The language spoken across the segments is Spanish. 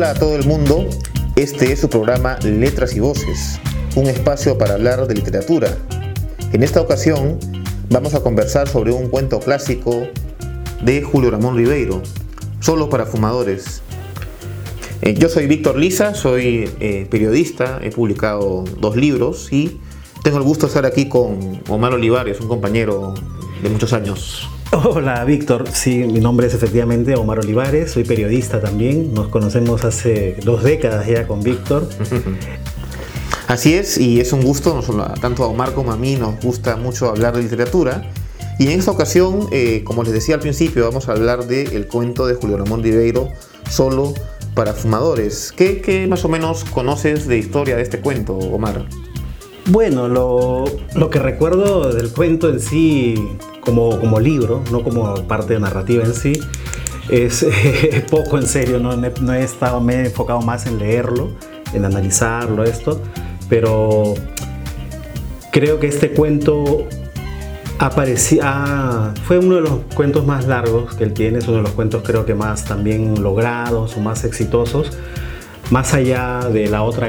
Hola a todo el mundo, este es su programa Letras y Voces, un espacio para hablar de literatura. En esta ocasión vamos a conversar sobre un cuento clásico de Julio Ramón Ribeiro, Solo para fumadores. Yo soy Víctor Liza, soy periodista, he publicado 2 libros y tengo el gusto de estar aquí con Omar Olivares, un compañero de muchos años. Hola Víctor, sí, mi nombre es efectivamente Omar Olivares, soy periodista también, nos conocemos hace 2 décadas ya con Víctor. Así es, y es un gusto, tanto a Omar como a mí nos gusta mucho hablar de literatura. Y en esta ocasión, como les decía al principio, vamos a hablar del cuento de Julio Ramón Ribeiro, Solo para fumadores. ¿Qué más o menos conoces de historia de este cuento, Omar? Bueno, lo que recuerdo del cuento en sí, como libro, no como parte de narrativa en sí, es poco en serio, me he enfocado más en leerlo, en analizarlo pero creo que este cuento fue uno de los cuentos más largos que él tiene, es uno de los cuentos creo que más también logrados o más exitosos, más allá de el otro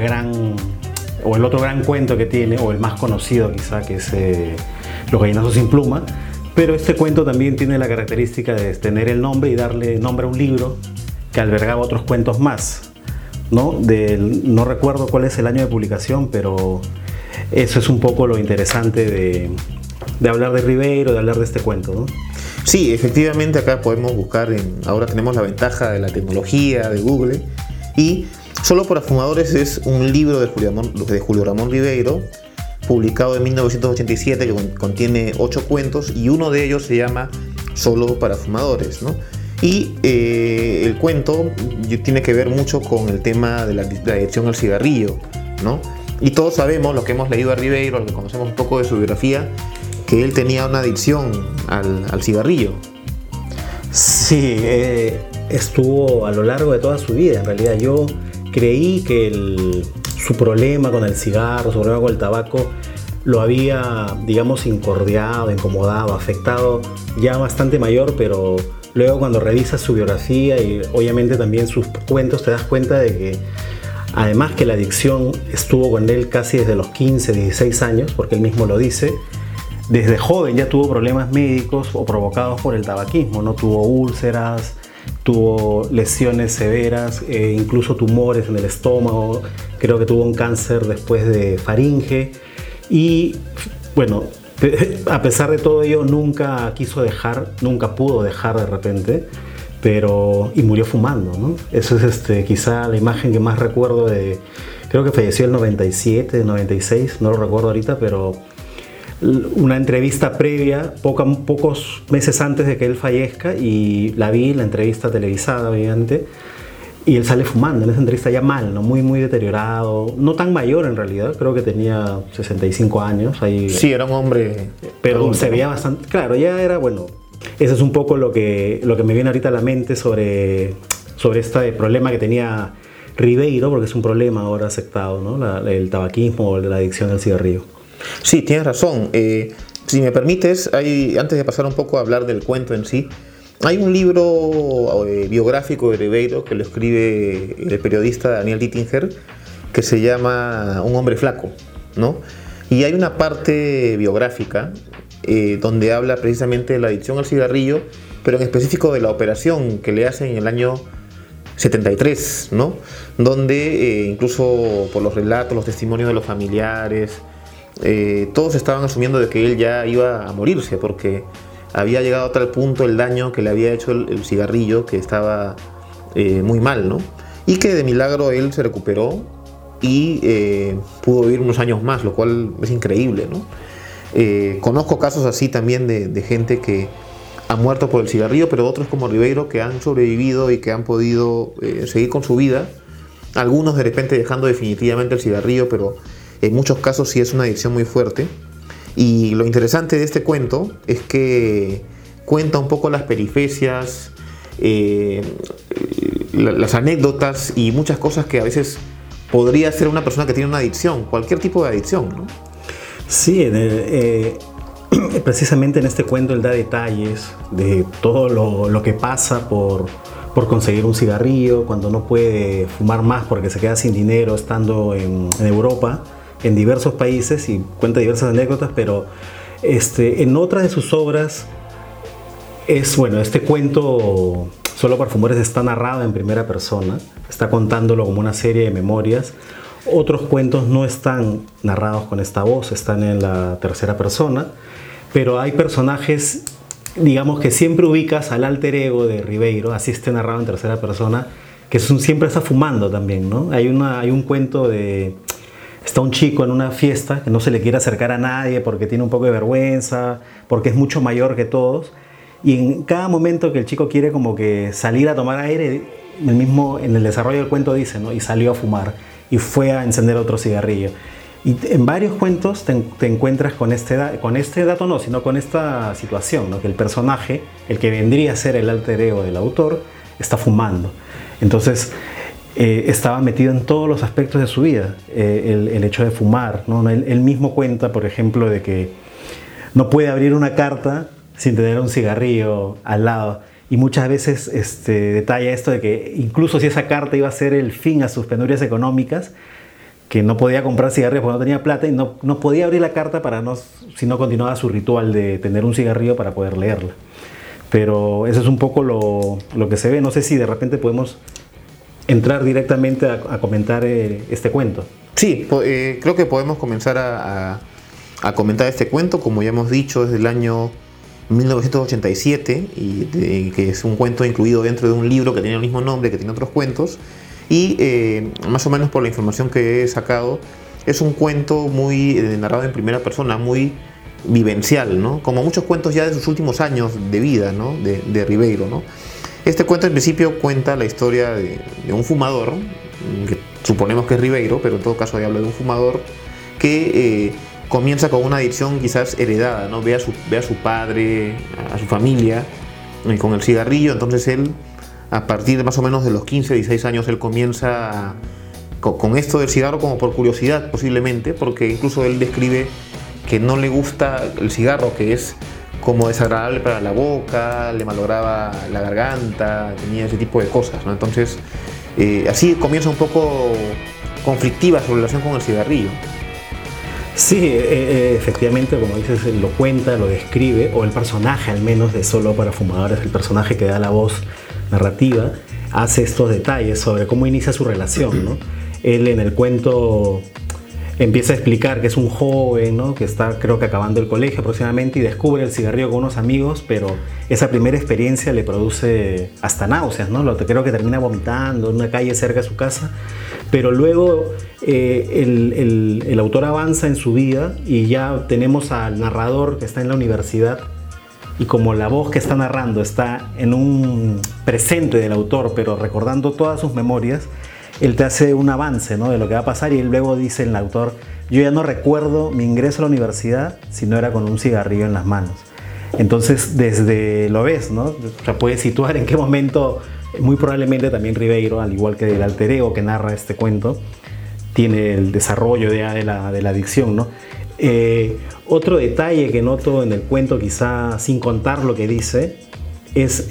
gran cuento que tiene, o el más conocido quizá, que es Los gallinazos sin pluma. Pero este cuento también tiene la característica de tener el nombre y darle nombre a un libro que albergaba otros cuentos más, ¿no? No recuerdo cuál es el año de publicación, pero eso es un poco lo interesante de hablar de Ribeiro, de hablar de este cuento, ¿no? Sí, efectivamente acá podemos buscar, ahora tenemos la ventaja de la tecnología, de Google, y Solo para fumadores es un libro de Julio Ramón Ribeiro, publicado en 1987, que contiene 8 cuentos y uno de ellos se llama Solo para fumadores, ¿no? Y el cuento tiene que ver mucho con el tema de la adicción al cigarrillo, ¿no? Y todos sabemos, los que hemos leído a Ribeiro, los que conocemos un poco de su biografía, que él tenía una adicción al cigarrillo. Sí, estuvo a lo largo de toda su vida. En realidad yo creí que su problema con el cigarro, su problema con el tabaco, lo había, digamos, incordiado, incomodado, afectado ya bastante mayor, pero luego cuando revisas su biografía y obviamente también sus cuentos, te das cuenta de que además que la adicción estuvo con él casi desde los 15, 16 años, porque él mismo lo dice, desde joven ya tuvo problemas médicos o provocados por el tabaquismo, ¿no? Tuvo úlceras, tuvo lesiones severas, incluso tumores en el estómago, creo que tuvo un cáncer después de faringe y bueno, a pesar de todo ello nunca pudo dejar de repente, y murió fumando, ¿no? Eso es quizá la imagen que más recuerdo creo que falleció en el 97, 96, no lo recuerdo ahorita, pero una entrevista previa, pocos meses antes de que él fallezca, y la entrevista televisada obviamente, y él sale fumando en esa entrevista ya mal, ¿no? Muy, muy deteriorado, no tan mayor en realidad, creo que tenía 65 años. Sí, era un hombre pero adulto, se veía bastante, claro, ya era, bueno, eso es un poco lo que me viene ahorita a la mente sobre este problema que tenía Ribeiro, porque es un problema ahora aceptado, ¿no? El tabaquismo o la adicción al cigarrillo. Sí, tienes razón. Si me permites, antes de pasar un poco a hablar del cuento en sí, hay un libro biográfico de Ribeiro que lo escribe el periodista Daniel Dittinger, que se llama Un hombre flaco, ¿no? Y hay una parte biográfica donde habla precisamente de la adicción al cigarrillo, pero en específico de la operación que le hacen en el año 73, ¿no? Donde incluso por los relatos, los testimonios de los familiares, todos estaban asumiendo de que él ya iba a morirse porque había llegado a tal punto el daño que le había hecho el cigarrillo, que estaba muy mal, ¿no? Y que de milagro él se recuperó y pudo vivir unos años más, lo cual es increíble, ¿no? Conozco casos así también de gente que ha muerto por el cigarrillo, pero otros como Ribeiro que han sobrevivido y que han podido seguir con su vida, algunos de repente dejando definitivamente el cigarrillo, pero en muchos casos sí es una adicción muy fuerte. Y lo interesante de este cuento es que cuenta un poco las peripecias, las anécdotas y muchas cosas que a veces podría hacer una persona que tiene una adicción, cualquier tipo de adicción, ¿no? Sí, precisamente en este cuento él da detalles de todo lo que pasa por por conseguir un cigarrillo, cuando no puede fumar más porque se queda sin dinero estando en Europa, en diversos países, y cuenta diversas anécdotas, pero en otra de sus obras este cuento Solo para Fumadores está narrado en primera persona, está contándolo como una serie de memorias. Otros cuentos no están narrados con esta voz, están en la tercera persona, pero hay personajes, digamos, que siempre ubicas al alter ego de Ribeiro, así esté narrado en tercera persona, que siempre está fumando también, ¿no? Hay un cuento de... Está un chico en una fiesta que no se le quiere acercar a nadie porque tiene un poco de vergüenza, porque es mucho mayor que todos, y en cada momento que el chico quiere como que salir a tomar aire, en el desarrollo del cuento dice, ¿no? Y salió a fumar y fue a encender otro cigarrillo. Y en varios cuentos te encuentras con este dato, no, sino con esta situación, ¿no? Que el personaje, el que vendría a ser el alter ego del autor, está fumando. Entonces estaba metido en todos los aspectos de su vida, el hecho de fumar, ¿no? Él mismo cuenta, por ejemplo, de que no puede abrir una carta sin tener un cigarrillo al lado. Y muchas veces detalla esto de que incluso si esa carta iba a ser el fin a sus penurias económicas, que no podía comprar cigarrillos porque no tenía plata y no podía abrir la carta si no continuaba su ritual de tener un cigarrillo para poder leerla. Pero eso es un poco lo que se ve. No sé si de repente podemos entrar directamente a comentar este cuento. Sí, creo que podemos comenzar a comentar este cuento. Como ya hemos dicho, es del año 1987 y que es un cuento incluido dentro de un libro que tiene el mismo nombre, que tiene otros cuentos, y más o menos por la información que he sacado, es un cuento muy narrado en primera persona, muy vivencial, ¿no? Como muchos cuentos ya de sus últimos años de vida, ¿no? de Ribeiro, ¿no? Este cuento en principio cuenta la historia de un fumador, que suponemos que es Ribeiro, pero en todo caso habla de un fumador que comienza con una adicción quizás heredada, ¿no? Ve a su padre, a su familia con el cigarrillo. Entonces él, a partir de más o menos de los 15, 16 años, él comienza con esto del cigarro como por curiosidad posiblemente, porque incluso él describe que no le gusta el cigarro, que es como desagradable para la boca, le malograba la garganta, tenía ese tipo de cosas, ¿no? Entonces así comienza un poco conflictiva su relación con el cigarrillo. Sí, efectivamente, como dices, lo cuenta, lo describe, o el personaje al menos de Solo para Fumadores, el personaje que da la voz narrativa, hace estos detalles sobre cómo inicia su relación, ¿no? Él en el cuento empieza a explicar que es un joven, ¿no? Que está, creo que acabando el colegio aproximadamente, y descubre el cigarrillo con unos amigos, pero esa primera experiencia le produce hasta náuseas, ¿no? Creo que termina vomitando en una calle cerca de su casa, pero luego el autor avanza en su vida y ya tenemos al narrador que está en la universidad, y como la voz que está narrando está en un presente del autor, pero recordando todas sus memorias, él te hace un avance, ¿no? De lo que va a pasar, y él luego dice el autor: yo ya no recuerdo mi ingreso a la universidad si no era con un cigarrillo en las manos. Entonces lo ves, ¿no? O sea, puedes situar en qué momento, muy probablemente también Ribeiro, al igual que el alter ego que narra este cuento, tiene el desarrollo de la adicción, ¿no? Otro detalle que noto en el cuento, quizá sin contar lo que dice, es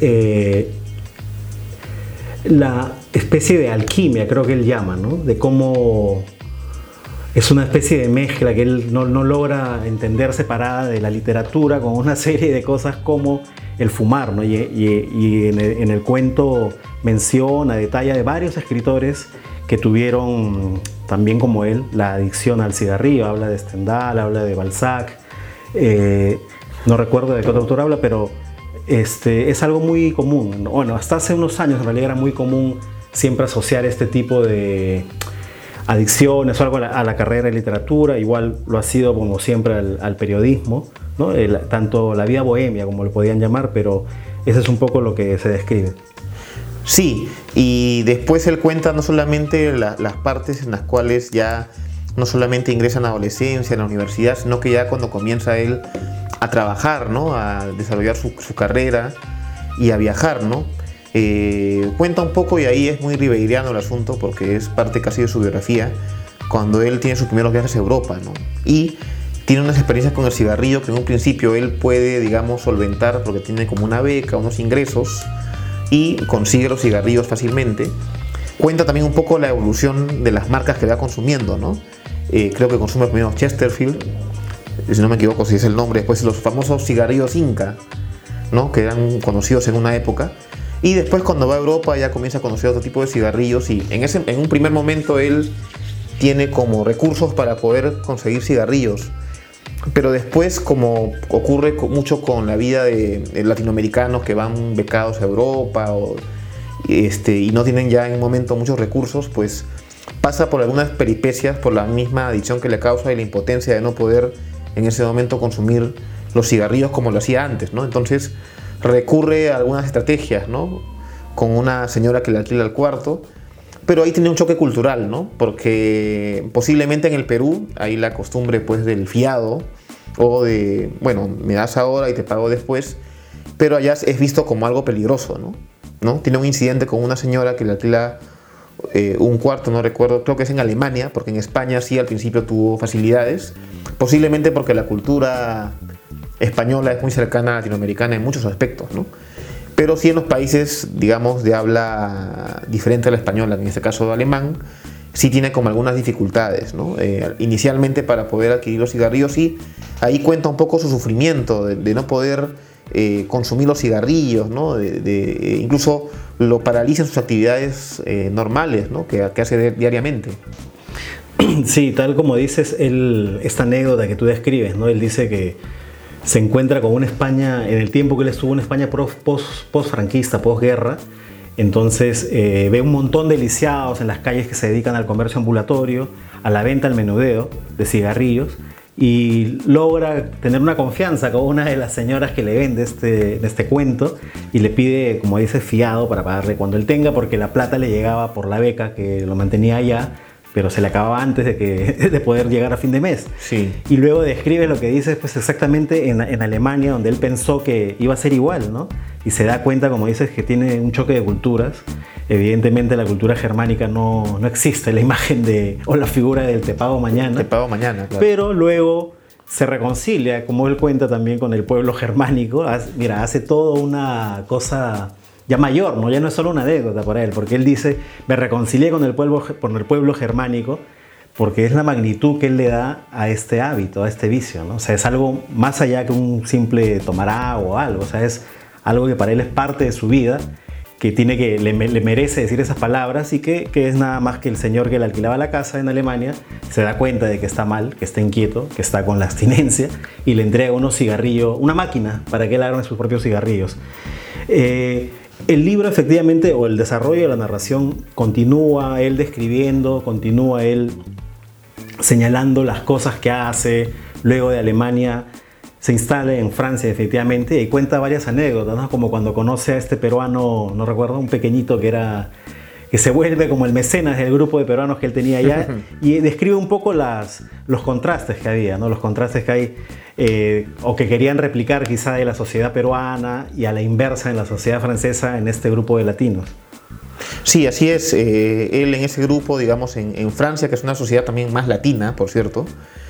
la especie de alquimia, creo que él llama, ¿no? De cómo es una especie de mezcla que él no logra entender separada de la literatura, con una serie de cosas como el fumar, ¿no? Y en el cuento menciona, detalla de varios escritores que tuvieron también, como él, la adicción al cigarrillo. Habla de Stendhal, habla de Balzac, no recuerdo de qué otro autor habla, pero es algo muy común. Bueno, hasta hace unos años en realidad era muy común siempre asociar este tipo de adicciones o algo a la carrera de literatura. Igual lo ha sido, como siempre, al periodismo, ¿no? Tanto la vida bohemia, como lo podían llamar, pero ese es un poco lo que se describe. Sí, y después él cuenta no solamente las partes en las cuales ya no solamente ingresa en la adolescencia, en la universidad, sino que ya cuando comienza él a trabajar, ¿no? A desarrollar su carrera y a viajar, ¿no? Cuenta un poco, y ahí es muy ribeiriano el asunto, porque es parte casi de su biografía, cuando él tiene sus primeros viajes a Europa, ¿no? Y tiene unas experiencias con el cigarrillo que en un principio él puede, digamos, solventar porque tiene como una beca, unos ingresos, y consigue los cigarrillos fácilmente. Cuenta también un poco la evolución de las marcas que va consumiendo, ¿no? Creo que consume primero Chesterfield, si no me equivoco si es el nombre, después los famosos cigarrillos Inca, ¿no? Que eran conocidos en una época, y después cuando va a Europa ya comienza a conocer otro tipo de cigarrillos, y en un primer momento él tiene como recursos para poder conseguir cigarrillos, pero después, como ocurre mucho con la vida de latinoamericanos que van becados a Europa y no tienen ya en un momento muchos recursos, pues pasa por algunas peripecias, por la misma adicción que le causa y la impotencia de no poder en ese momento consumir los cigarrillos como lo hacía antes, ¿no? Entonces recurre a algunas estrategias, ¿no? Con una señora que le alquila el cuarto, pero ahí tiene un choque cultural, ¿no? Porque posiblemente en el Perú hay la costumbre, pues, del fiado, o de, bueno, me das ahora y te pago después, pero allá es visto como algo peligroso, ¿no? Tiene un incidente con una señora que le alquila un cuarto, no recuerdo, creo que es en Alemania, porque en España sí al principio tuvo facilidades, posiblemente porque la cultura española es muy cercana a la latinoamericana en muchos aspectos, ¿no? Pero sí en los países, digamos, de habla diferente a la española, en este caso alemán, sí tiene como algunas dificultades, ¿no? Inicialmente para poder adquirir los cigarrillos, y ahí cuenta un poco su sufrimiento de no poder consumir los cigarrillos, ¿no? Incluso lo paraliza en sus actividades normales, ¿no? que hace diariamente. Sí, tal como dices, esta anécdota que tú describes, ¿no? Él dice que se encuentra con una España, en el tiempo que él estuvo en España post-franquista, posguerra, entonces ve un montón de lisiados en las calles que se dedican al comercio ambulatorio, a la venta al menudeo de cigarrillos, y logra tener una confianza con una de las señoras que le vende este cuento, y le pide, como dice, fiado para pagarle cuando él tenga, porque la plata le llegaba por la beca que lo mantenía allá, pero se le acababa antes de poder llegar a fin de mes. Sí. Y luego describe lo que dice, pues, exactamente en Alemania, donde él pensó que iba a ser igual, ¿no? Y se da cuenta, como dices, que tiene un choque de culturas. Evidentemente la cultura germánica no existe la imagen o la figura del te pago mañana. Te pago mañana, claro. Pero luego se reconcilia, como él cuenta también, con el pueblo germánico. Hace toda una cosa ya mayor, ¿no? Ya no es solo una anécdota para él, porque él dice, me reconcilié con el pueblo germánico, porque es la magnitud que él le da a este hábito, a este vicio, ¿no? O sea, es algo más allá que un simple tomar agua o algo, o sea, es algo que para él es parte de su vida, que le merece decir esas palabras, y que es nada más que el señor que le alquilaba la casa en Alemania se da cuenta de que está mal, que está inquieto, que está con la abstinencia, y le entrega unos cigarrillos, una máquina para que él haga sus propios cigarrillos. El libro, efectivamente, o el desarrollo de la narración, continúa él describiendo, continúa él señalando las cosas que hace. Luego de Alemania se instala en Francia, efectivamente, y cuenta varias anécdotas, ¿no? Como cuando conoce a este peruano, no recuerdo, un pequeñito que se vuelve como el mecenas del grupo de peruanos que él tenía allá, y describe un poco los contrastes que había, ¿no? Los contrastes que hay, o que querían replicar quizá de la sociedad peruana, y a la inversa en la sociedad francesa, en este grupo de latinos. Sí, así es. Él en ese grupo, digamos, en Francia, que es una sociedad también más latina, por cierto,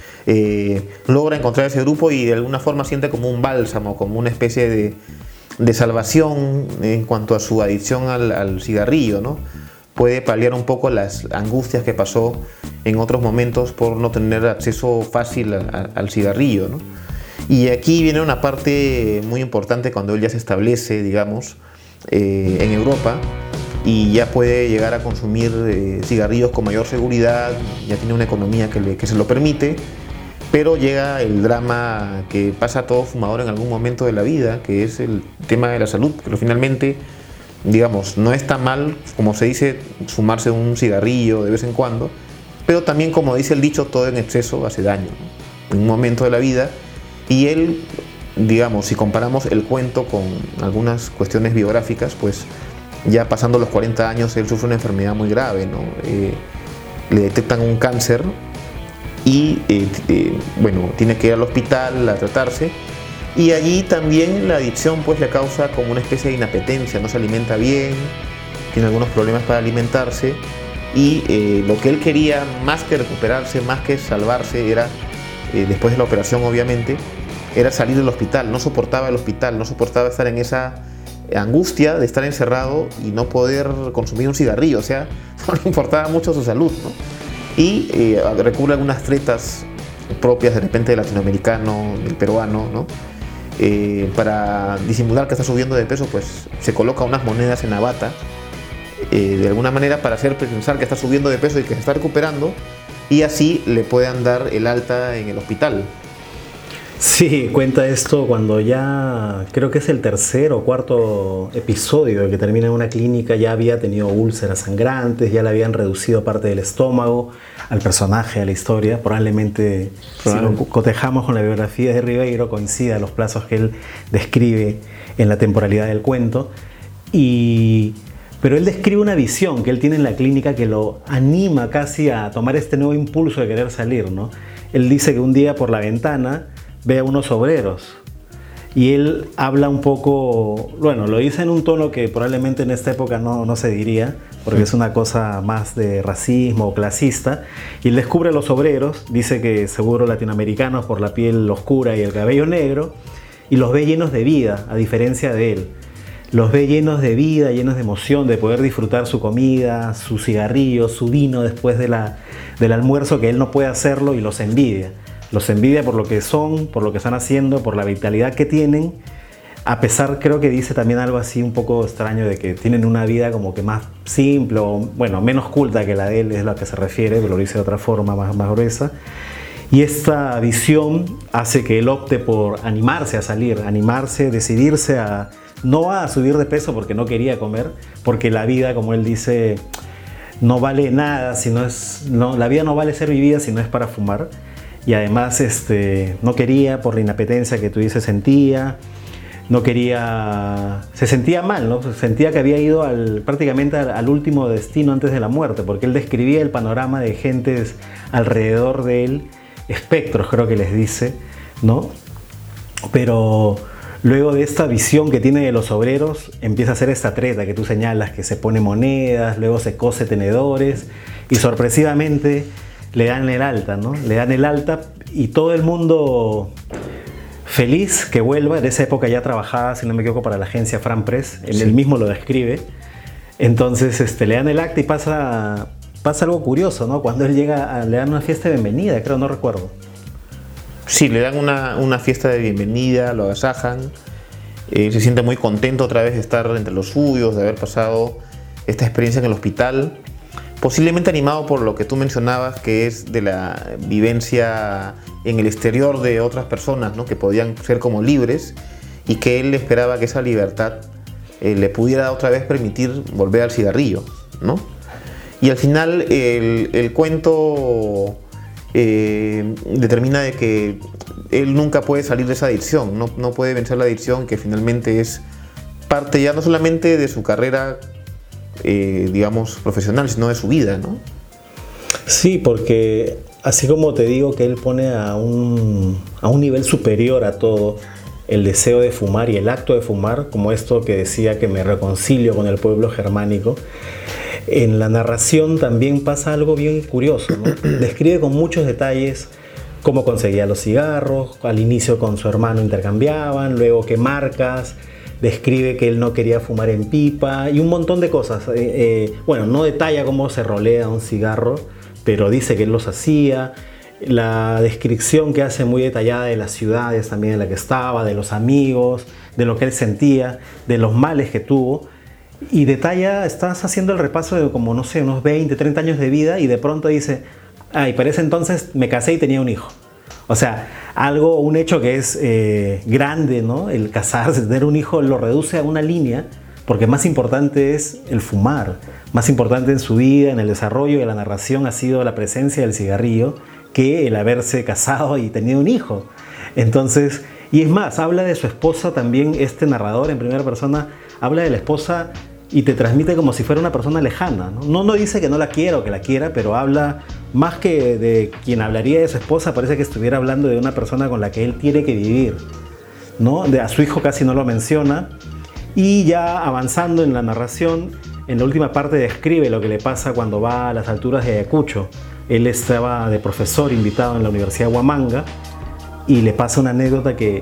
logra encontrar ese grupo y de alguna forma siente como un bálsamo, como una especie de salvación en cuanto a su adicción al cigarrillo, ¿no? Puede paliar un poco las angustias que pasó en otros momentos por no tener acceso fácil al cigarrillo, ¿no? Y aquí viene una parte muy importante cuando él ya se establece, digamos, en Europa, y ya puede llegar a consumir cigarrillos con mayor seguridad, ya tiene una economía que se lo permite, pero llega el drama que pasa a todo fumador en algún momento de la vida, que es el tema de la salud, pero finalmente, digamos, no está mal, como se dice, fumarse un cigarrillo de vez en cuando, pero también, como dice el dicho, todo en exceso hace daño, ¿no? En un momento de la vida. Y él, digamos, si comparamos el cuento con algunas cuestiones biográficas, pues ya pasando los 40 años él sufre una enfermedad muy grave, ¿no? Le detectan un cáncer y bueno, tiene que ir al hospital a tratarse, y allí también la adicción pues le causa como una especie de inapetencia, no se alimenta bien, tiene algunos problemas para alimentarse, y lo que él quería, más que recuperarse, más que salvarse, era, después de la operación obviamente, era salir del hospital. No soportaba el hospital, no soportaba estar en esa angustia de estar encerrado y no poder consumir un cigarrillo, o sea, no le importaba mucho su salud, ¿no? Y recurre a algunas tretas propias de repente del latinoamericano, del peruano, ¿no? Para disimular que está subiendo de peso, pues se coloca unas monedas en la bata, de alguna manera para hacer pensar que está subiendo de peso y que se está recuperando, y así le puedan dar el alta en el hospital. Sí, cuenta esto cuando ya creo que es el tercer o cuarto episodio que termina en una clínica. Ya había tenido úlceras sangrantes, ya le habían reducido parte del estómago al personaje, a la historia. Probablemente si lo cotejamos con la biografía de Ribeiro coincida los plazos que él describe en la temporalidad del cuento. Pero él describe una visión que él tiene en la clínica que lo anima casi a tomar este nuevo impulso de querer salir, ¿no? Él dice que un día por la ventana ve a unos obreros y él habla un poco, bueno, lo dice en un tono que probablemente en esta época no se diría, porque es una cosa más de racismo o clasista, y él descubre a los obreros, dice que seguro latinoamericanos por la piel oscura y el cabello negro, y los ve llenos de vida, a diferencia de él. Los ve llenos de vida, llenos de emoción, de poder disfrutar su comida, su cigarrillo, su vino después del almuerzo, que él no puede hacerlo, y los envidia. Los envidia por lo que son, por lo que están haciendo, por la vitalidad que tienen, a pesar, creo que dice también algo así un poco extraño de que tienen una vida como que más simple, o bueno, menos culta que la de él, es a lo que se refiere, pero lo dice de otra forma más gruesa. Y esta visión hace que él opte por animarse a salir, decidirse a no a subir de peso porque no quería comer, porque la vida, como él dice, no vale nada, la vida no vale ser vivida si no es para fumar. Y además no quería, por la inapetencia que tú dices sentía, se sentía mal, ¿no? Sentía que había ido prácticamente al último destino antes de la muerte, porque él describía el panorama de gentes alrededor de él, espectros creo que les dice, ¿no? Pero luego de esta visión que tiene de los obreros, empieza a hacer esta treta que tú señalas, que se pone monedas, luego se cose tenedores, y sorpresivamente le dan el alta, ¿no? Le dan el alta y todo el mundo feliz que vuelva. De esa época ya trabajaba, si no me equivoco, para la agencia Fran Press. Él mismo lo describe. Entonces le dan el acta y pasa algo curioso, ¿no? Cuando él llega, le dan una fiesta de bienvenida, creo, no recuerdo. Sí, le dan una fiesta de bienvenida, lo agasajan. Se siente muy contento otra vez de estar entre los suyos, de haber pasado esta experiencia en el hospital. Posiblemente animado por lo que tú mencionabas, que es de la vivencia en el exterior de otras personas, ¿no? Que podían ser como libres, y que él esperaba que esa libertad le pudiera otra vez permitir volver al cigarrillo, ¿no? Y al final el cuento determina de que él nunca puede salir de esa adicción, no puede vencer la adicción, que finalmente es parte ya no solamente de su carrera digamos profesional, sino de su vida, ¿no? Sí, porque así como te digo que él pone a un nivel superior a todo el deseo de fumar y el acto de fumar, como esto que decía que me reconcilio con el pueblo germánico, en la narración también pasa algo bien curioso, ¿no? Describe con muchos detalles cómo conseguía los cigarros, al inicio con su hermano intercambiaban, luego qué marcas. Describe que él no quería fumar en pipa y un montón de cosas. Bueno, no detalla cómo se rolea un cigarro, pero dice que él los hacía. La descripción que hace muy detallada de las ciudades también en la que estaba, de los amigos, de lo que él sentía, de los males que tuvo. Y detalla, estás haciendo el repaso de como, no sé, unos 20, 30 años de vida y de pronto dice, y para ese entonces me casé y tenía un hijo. O sea, un hecho que es grande, ¿no? El casarse, tener un hijo, lo reduce a una línea, porque más importante es el fumar. Más importante en su vida, en el desarrollo de la narración, ha sido la presencia del cigarrillo que el haberse casado y tenido un hijo. Entonces, y es más, habla de su esposa también, este narrador en primera persona, habla de la esposa y te transmite como si fuera una persona lejana, ¿no? No dice que no la quiera o que la quiera, pero habla más que de quien hablaría de su esposa, parece que estuviera hablando de una persona con la que él tiene que vivir, ¿no? A su hijo casi no lo menciona. Y ya avanzando en la narración, en la última parte describe lo que le pasa cuando va a las alturas de Ayacucho. Él estaba de profesor invitado en la Universidad de Huamanga y le pasa una anécdota que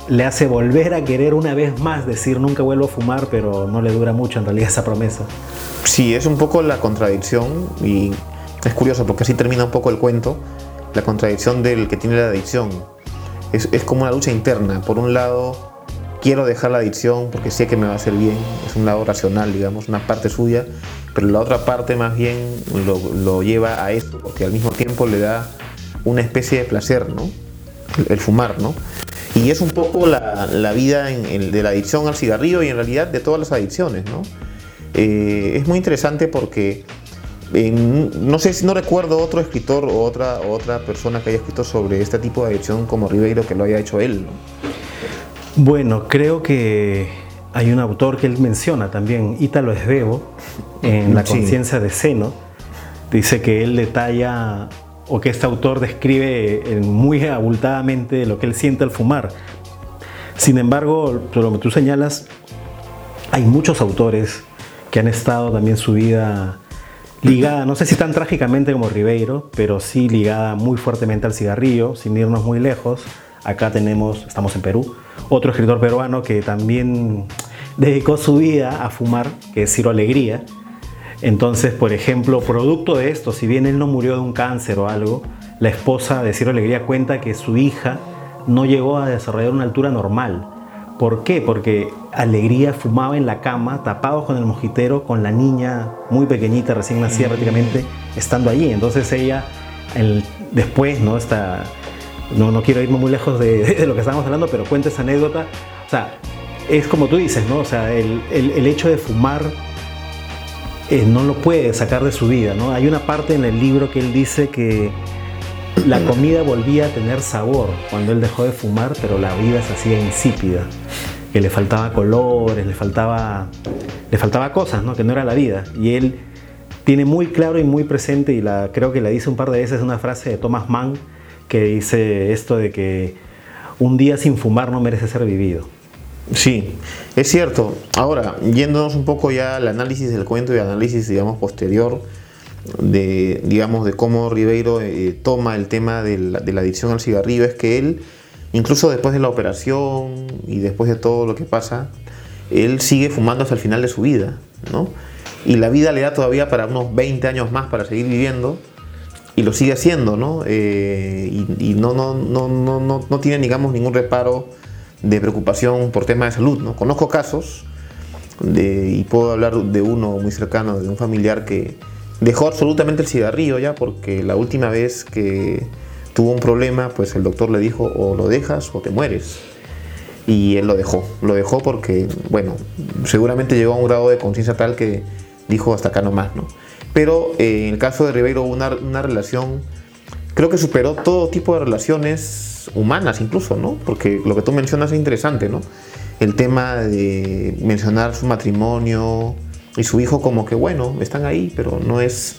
le hace volver a querer una vez más decir nunca vuelvo a fumar, pero no le dura mucho en realidad esa promesa. Sí, es un poco la contradicción, y es curioso porque así termina un poco el cuento, la contradicción del que tiene la adicción. Es como una lucha interna. Por un lado, quiero dejar la adicción porque sé que me va a hacer bien, es un lado racional, digamos, una parte suya, pero la otra parte más bien lo lleva a esto, porque al mismo tiempo le da una especie de placer, ¿no? El fumar, ¿no? Y es un poco la vida de la adicción al cigarrillo y en realidad de todas las adicciones, ¿no? Es muy interesante porque no sé si no recuerdo otro escritor o otra persona que haya escrito sobre este tipo de adicción como Ribeiro que lo haya hecho él, ¿no? Bueno, creo que hay un autor que él menciona también, Ítalo Esvevo, en La conciencia de Zeno. Dice que él detalla, o que este autor describe muy abultadamente lo que él siente al fumar. Sin embargo, lo que tú señalas, hay muchos autores que han estado también su vida ligada, no sé si tan trágicamente como Ribeiro, pero sí ligada muy fuertemente al cigarrillo, sin irnos muy lejos. Acá estamos en Perú, otro escritor peruano que también dedicó su vida a fumar, que es Ciro Alegría. Entonces, por ejemplo, producto de esto, si bien él no murió de un cáncer o algo, la esposa de Ciro Alegría cuenta que su hija no llegó a desarrollar una altura normal. ¿Por qué? Porque Alegría fumaba en la cama, tapados con el mosquitero, con la niña muy pequeñita, recién nacida prácticamente, estando allí. Entonces ella, después, ¿no? No quiero irme muy lejos de lo que estábamos hablando, pero cuenta esa anécdota. O sea, es como tú dices, ¿no? O sea, el hecho de fumar no lo puede sacar de su vida, ¿no? Hay una parte en el libro que él dice que la comida volvía a tener sabor cuando él dejó de fumar, pero la vida se hacía insípida, que le faltaba colores, le faltaba cosas, ¿no? Que no era la vida. Y él tiene muy claro y muy presente, y creo que la dice un par de veces, una frase de Thomas Mann, que dice esto de que un día sin fumar no merece ser vivido. Sí, es cierto. Ahora, yéndonos un poco ya al análisis del cuento y análisis, digamos, posterior de cómo Ribeiro toma el tema de la adicción al cigarrillo, es que él, incluso después de la operación y después de todo lo que pasa, él sigue fumando hasta el final de su vida, ¿no? Y la vida le da todavía para unos 20 años más para seguir viviendo, y lo sigue haciendo, ¿no? Y no tiene, digamos, ningún reparo de preocupación por temas de salud, ¿no? Conozco casos, y puedo hablar de uno muy cercano, de un familiar que dejó absolutamente el cigarrillo ya, porque la última vez que tuvo un problema, pues el doctor le dijo, o lo dejas o te mueres. Y él lo dejó porque, bueno, seguramente llegó a un grado de conciencia tal que dijo hasta acá nomás, ¿no? Pero en el caso de Ribeiro hubo una relación, creo que superó todo tipo de relaciones humanas incluso, ¿no? Porque lo que tú mencionas es interesante, ¿no? El tema de mencionar su matrimonio y su hijo como que, bueno, están ahí, pero no es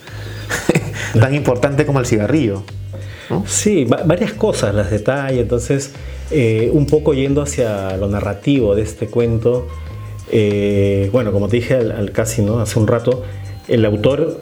tan importante como el cigarrillo, ¿no? Sí, varias cosas las detalla. Entonces, un poco yendo hacia lo narrativo de este cuento, bueno, como te dije casi, ¿no? Hace un rato, el autor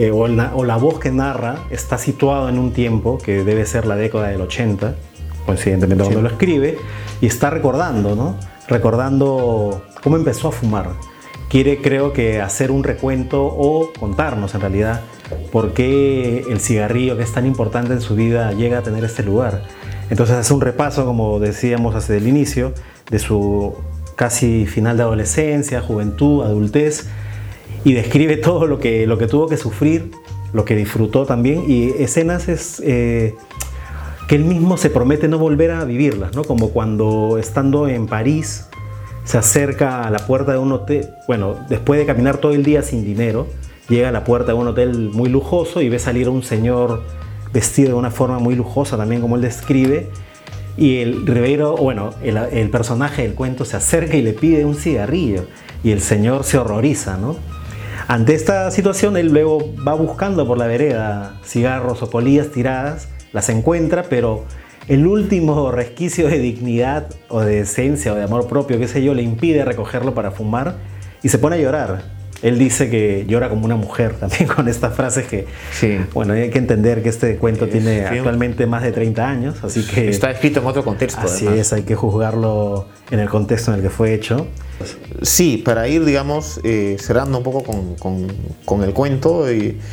o la voz que narra está situado en un tiempo que debe ser la década del 80, coincidentemente cuando lo escribe, y está recordando, ¿no? Recordando cómo empezó a fumar. Quiere, creo que, hacer un recuento o contarnos en realidad por qué el cigarrillo, que es tan importante en su vida, llega a tener este lugar. Entonces hace un repaso, como decíamos desde el inicio, de su casi final de adolescencia, juventud, adultez, y describe todo lo que tuvo que sufrir, lo que disfrutó también, y escenas que él mismo se promete no volver a vivirlas, ¿no? Como cuando, estando en París, se acerca a la puerta de un hotel, bueno, después de caminar todo el día sin dinero, llega a la puerta de un hotel muy lujoso y ve salir a un señor vestido de una forma muy lujosa, también como él describe, y el Ribeiro, bueno, el personaje del cuento se acerca y le pide un cigarrillo, y el señor se horroriza, ¿no? Ante esta situación, él luego va buscando por la vereda cigarros o polillas tiradas, las encuentra, pero el último resquicio de dignidad o de decencia o de amor propio, qué sé yo, le impide recogerlo para fumar y se pone a llorar. Él dice que llora como una mujer también con estas frases que, Sí. bueno, hay que entender que este cuento tiene actualmente más de 30 años, así que... Está escrito en otro contexto. Así además. es, hay que juzgarlo en el contexto en el que fue hecho. Sí, para ir, digamos, cerrando un poco con el cuento,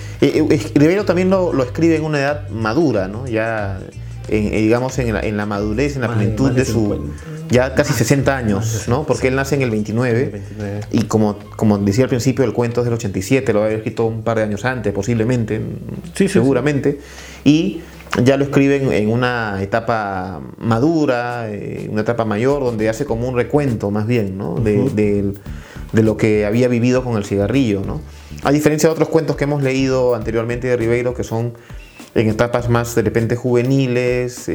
Rivero también lo escribe en una edad madura, ¿no? Ya, digamos, en la madurez, en la plenitud de su... 50. Ya casi 60 años, ¿no? Porque él nace en el 29, y como decía al principio, el cuento es del 87, lo había escrito un par de años antes, posiblemente, seguramente, y ya lo escribe en una etapa madura, una etapa mayor, donde hace como un recuento más bien, ¿no? De lo que había vivido con el cigarrillo, ¿no? A diferencia de otros cuentos que hemos leído anteriormente de Rivero, que son en etapas más de repente juveniles,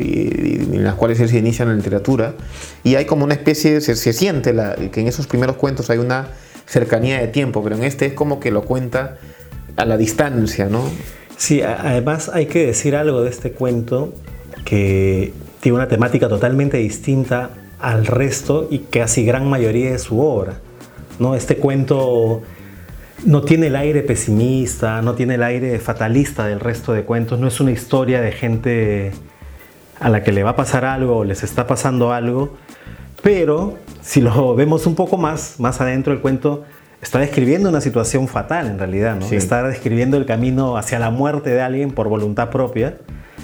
en las cuales él se inicia en la literatura, y hay como una especie, se siente que en esos primeros cuentos hay una cercanía de tiempo, pero en este es como que lo cuenta a la distancia, ¿no? Sí, además hay que decir algo de este cuento, que tiene una temática totalmente distinta al resto y casi gran mayoría de su obra, ¿no? Este cuento no tiene el aire pesimista, no tiene el aire fatalista del resto de cuentos, no es una historia de gente a la que le va a pasar algo o les está pasando algo, pero si lo vemos un poco más adentro, el cuento está describiendo una situación fatal en realidad, ¿no? Sí. Está describiendo el camino hacia la muerte de alguien por voluntad propia,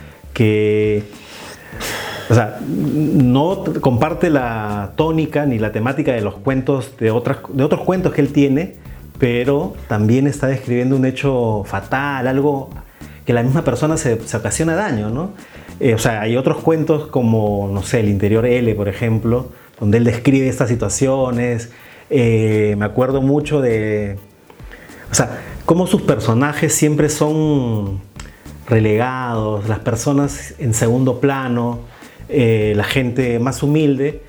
que, o sea, no comparte la tónica ni la temática de los cuentos, de otros cuentos que él tiene, pero también está describiendo un hecho fatal, algo que la misma persona se ocasiona daño, ¿no? O sea, hay otros cuentos como, no sé, El Interior L, por ejemplo, donde él describe estas situaciones. Me acuerdo mucho de... O sea, cómo sus personajes siempre son relegados, las personas en segundo plano, la gente más humilde.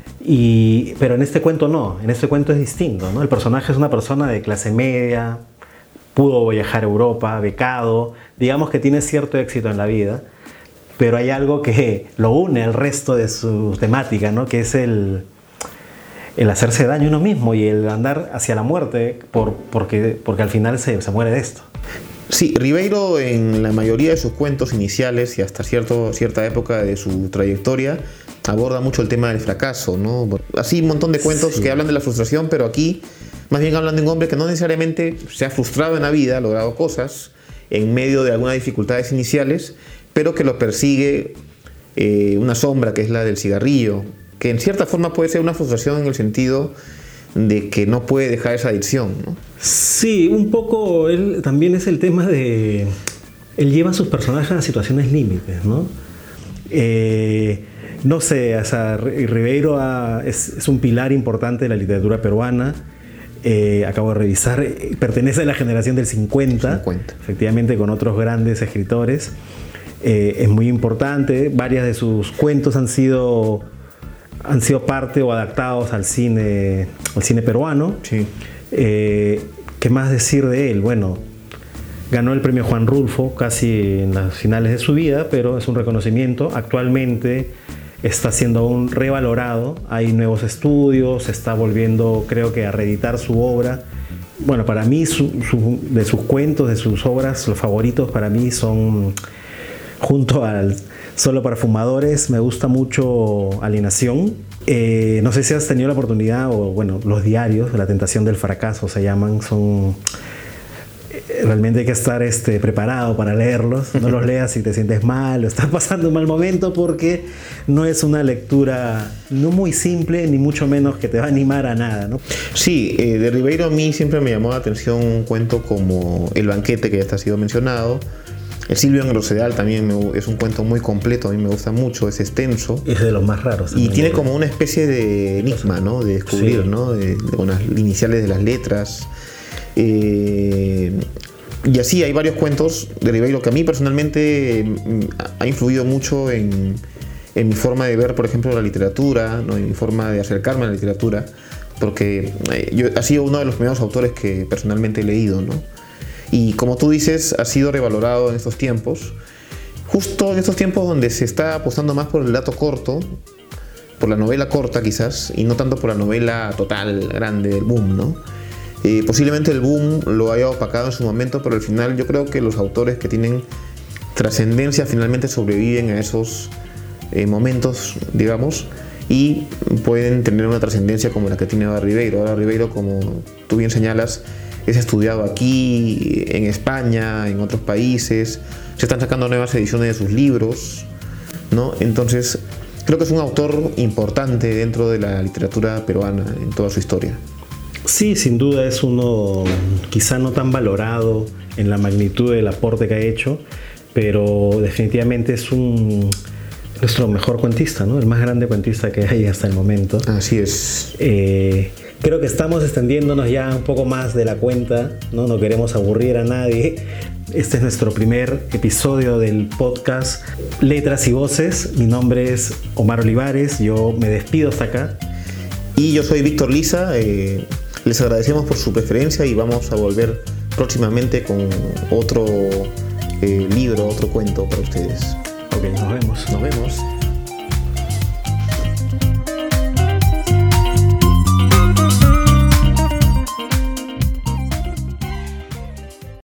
Pero en este cuento no, en este cuento es distinto, ¿no? El personaje es una persona de clase media, pudo viajar a Europa, becado, digamos que tiene cierto éxito en la vida, pero hay algo que lo une al resto de su temática, ¿no? Que es el hacerse daño a uno mismo y el andar hacia la muerte porque al final se muere de esto. Sí, Rivero en la mayoría de sus cuentos iniciales y hasta cierta época de su trayectoria aborda mucho el tema del fracaso, ¿no? Así un montón de cuentos que hablan de la frustración, pero aquí más bien hablan de un hombre que no necesariamente se ha frustrado en la vida, ha logrado cosas en medio de algunas dificultades iniciales, pero que lo persigue una sombra que es la del cigarrillo, que en cierta forma puede ser una frustración en el sentido de que no puede dejar esa adicción, ¿no? Sí, un poco él también es el tema de... Él lleva a sus personajes a situaciones límites, ¿no? No sé, o sea, Rivero es un pilar importante de la literatura peruana. Acabo de revisar, pertenece a la generación del 50, efectivamente, con otros grandes escritores. Es muy importante. Varias de sus cuentos han sido parte o adaptados al cine peruano. Sí. ¿Qué más decir de él? Bueno, ganó el premio Juan Rulfo casi en las finales de su vida, pero es un reconocimiento. Actualmente está siendo aún revalorado. Hay nuevos estudios, se está volviendo, creo que, a reeditar su obra. Bueno, para mí, de sus cuentos, de sus obras, los favoritos para mí son, junto al Solo para Fumadores, me gusta mucho Alienación. No sé si has tenido la oportunidad, o bueno, los diarios, La Tentación del Fracaso se llaman, realmente hay que estar preparado para leerlos. No los leas si te sientes mal o estás pasando un mal momento, porque no es una lectura no muy simple, ni mucho menos que te va a animar a nada, ¿no? Sí, de Rivero a mí siempre me llamó la atención un cuento como El Banquete, que ya ha sido mencionado. El Silvio en el Rosedal también es un cuento muy completo, a mí me gusta mucho, es extenso. Es de los más raros. Y tiene como una especie de enigma, ¿no? De descubrir, sí, ¿no? Con las iniciales de las letras. Y así hay varios cuentos de Rivero que a mí personalmente ha influido mucho en mi forma de ver, por ejemplo, la literatura, ¿no? En mi forma de acercarme a la literatura, porque ha sido uno de los primeros autores que personalmente he leído, ¿no? Y como tú dices, ha sido revalorado en estos tiempos, justo en estos tiempos donde se está apostando más por el relato corto, por la novela corta quizás, y no tanto por la novela total, grande, del boom, ¿no? Posiblemente el boom lo haya opacado en su momento, pero al final yo creo que los autores que tienen trascendencia finalmente sobreviven a esos momentos, digamos, y pueden tener una trascendencia como la que tiene ahora Ribeiro. Ahora Ribeiro, como tú bien señalas, es estudiado aquí, en España, en otros países, se están sacando nuevas ediciones de sus libros, ¿no? Entonces, creo que es un autor importante dentro de la literatura peruana en toda su historia. Sí, sin duda es uno quizá no tan valorado en la magnitud del aporte que ha hecho, pero definitivamente es nuestro mejor cuentista, ¿no? El más grande cuentista que hay hasta el momento. Así es. Creo que estamos extendiéndonos ya un poco más de la cuenta, ¿no? No queremos aburrir a nadie. Este es nuestro primer episodio del podcast Letras y Voces. Mi nombre es Omar Olivares, yo me despido hasta acá. Y yo soy Víctor Liza. Les agradecemos por su preferencia y vamos a volver próximamente con otro libro, otro cuento para ustedes. Ok, nos vemos. Nos vemos.